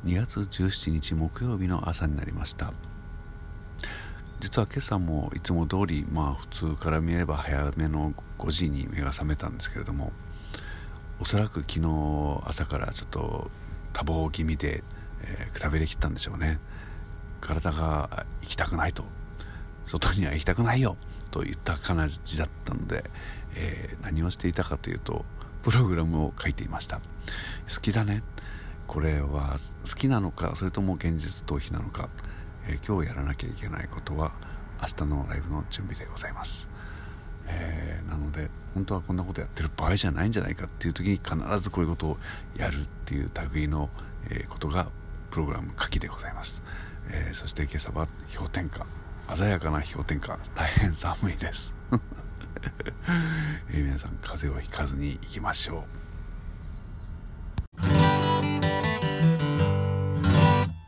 2月17日木曜日の朝になりました。実は今朝もいつも通り普通から見れば早めの5時に目が覚めたんですけれども、おそらく昨日朝からちょっと多忙気味で、くたびれ切ったんでしょうね。体が行きたくないと、外には行きたくないよと言った感じだったので、何をしていたかというとプログラムを書いていました。好きだね、これは好きなのか、それとも現実逃避なのか、今日やらなきゃいけないことは明日のライブの準備でございます。なので本当はこんなことやってる場合じゃないんじゃないかっていう時に必ずこういうことをやるっていう類の、ことがプログラム書きでございます。そして今朝は氷点下、鮮やかな氷点下、大変寒いです皆さん風邪をひかずにいきましょう。